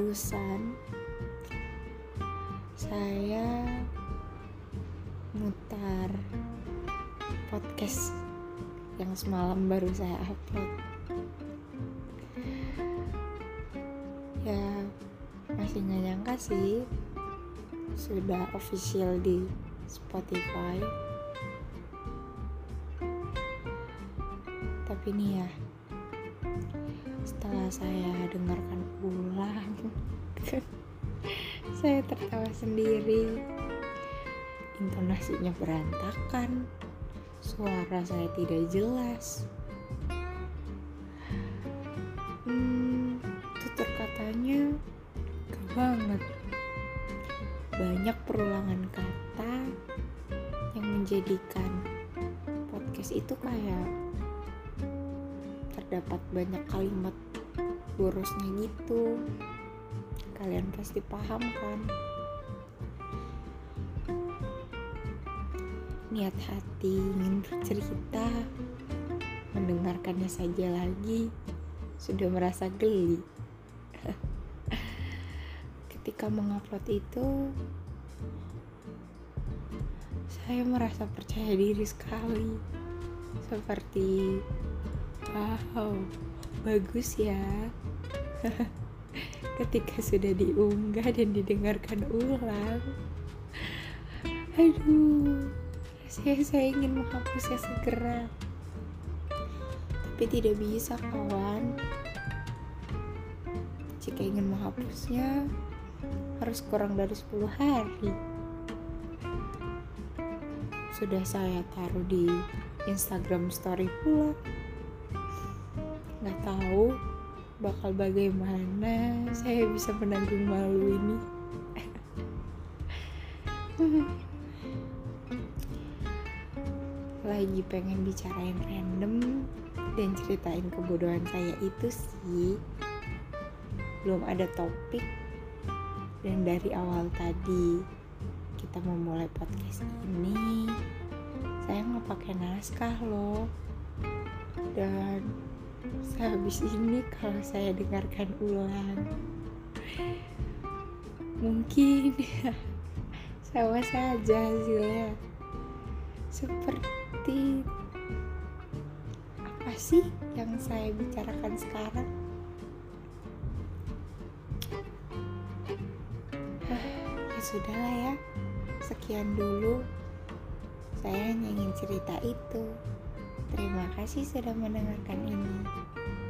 Barusan saya mutar podcast yang semalam baru saya upload. Ya masih gak nyangka sih sudah official di Spotify. Tapi nih ya, setelah saya dengarkan ulang saya tertawa sendiri. Intonasinya berantakan, suara saya tidak jelas, tutur katanya gak banget. Banyak perulangan kata yang menjadikan podcast itu kayak terdapat banyak kalimat borosnya gitu. Kalian pasti paham kan? Niat hati ingin bercerita, mendengarkannya saja lagi sudah merasa geli. Ketika mengupload itu, saya merasa percaya diri sekali. Seperti, wow, bagus ya. Ketika sudah diunggah dan didengarkan ulang, aduh, saya ingin menghapusnya segera. Tapi tidak bisa kawan. Jika ingin menghapusnya harus kurang dari 10 hari. Sudah saya taruh di Instagram story pula. Gak tahu bakal bagaimana saya bisa menanggung malu ini. Lagi pengen bicarain random dan ceritain kebodohan saya itu sih. Belum ada topik. Dan dari awal tadi kita memulai podcast ini, saya gak pakai naskah loh. Dan sehabis ini kalau saya dengarkan ulang, mungkin sama saja hasilnya. Seperti apa sih yang saya bicarakan sekarang? Ya sudahlah ya, sekian dulu. Saya hanya ingin cerita itu. Terima kasih sudah mendengarkan ini.